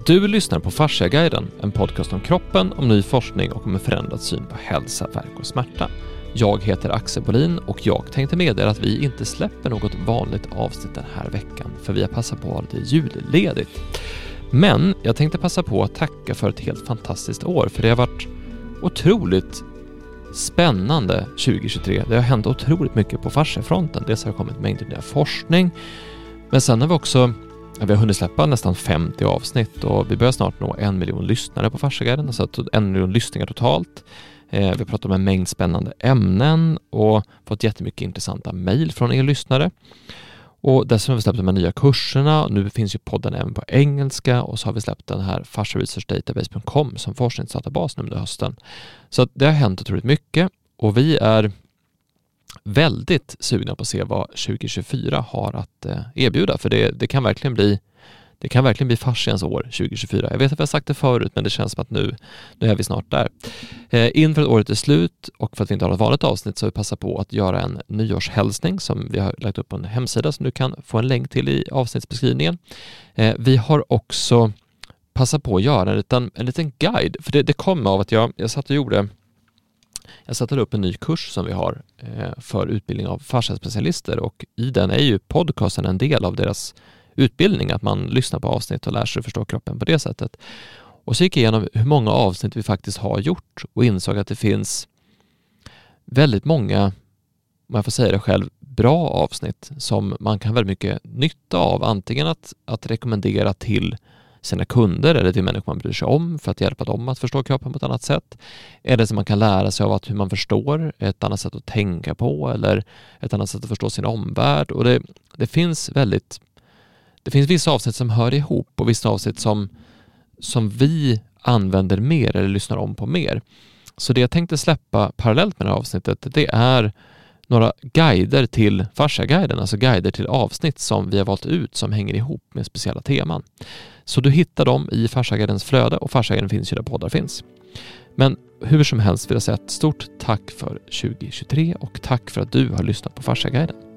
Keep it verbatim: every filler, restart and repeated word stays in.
Du lyssnar på Fasciaguiden, en podcast om kroppen, om ny forskning och om en förändrad syn på hälsa, värk och smärta. Jag heter Axel Bolin och jag tänkte meddela att vi inte släpper något vanligt avsnitt den här veckan för vi har passat på att det är julledigt. Men jag tänkte passa på att tacka för ett helt fantastiskt år, för det har varit otroligt spännande tjugohundratjugotre. Det har hänt otroligt mycket på fasciafronten. Dels har det kommit mängder med forskning, men sen har vi också vi har hunnit släppa nästan femtio avsnitt och vi börjar snart nå en miljon lyssnare på Fasciaguiden, alltså en miljon lyssningar totalt. Eh, vi har pratat om en mängd spännande ämnen och fått jättemycket intressanta mejl från er lyssnare. Och dessutom har vi släppt de här nya kurserna. Nu finns ju podden även på engelska och så har vi släppt den här fascia research database punkt com som forskningsdatabas nu under hösten. Så att det har hänt otroligt mycket och vi är väldigt sugna på att se vad tjugohundratjugofyra har att eh, erbjuda, för det, det kan verkligen bli det kan verkligen bli fascians år tjugohundratjugofyra. Jag vet att vi har sagt det förut, men det känns som att nu, nu är vi snart där. Eh, inför att året är slut och för att vi inte har ett vanligt avsnitt så har vi passat på att göra en nyårshälsning som vi har lagt upp på en hemsida som du kan få en länk till i avsnittsbeskrivningen. Eh, vi har också passat på att göra en liten, en liten guide, för det, det kom av att jag, jag satt och gjorde Jag satte upp en ny kurs som vi har eh, för utbildning av fasciaspecialister och i den är ju podcasten en del av deras utbildning, att man lyssnar på avsnitt och lär sig förstå kroppen på det sättet. Och så gick jag igenom hur många avsnitt vi faktiskt har gjort och insåg att det finns väldigt många, om jag får säga det själv, bra avsnitt som man kan väldigt mycket nytta av, antingen att, att rekommendera till sina kunder eller till människor man bryr sig om för att hjälpa dem att förstå kroppen på ett annat sätt. Eller som man kan lära sig av att hur man förstår, ett annat sätt att tänka på eller ett annat sätt att förstå sin omvärld. Och det, det finns väldigt det finns vissa avsnitt som hör ihop och vissa avsnitt som, som vi använder mer eller lyssnar om på mer. Så det jag tänkte släppa parallellt med det här avsnittet, det är några guider till Fasciaguiden, alltså guider till avsnitt som vi har valt ut som hänger ihop med speciella teman. Så du hittar dem i Fasciaguidens flöde och Fasciaguiden finns ju där poddar finns. Men hur som helst vill jag säga ett stort tack för tjugohundratjugotre och tack för att du har lyssnat på Fasciaguiden.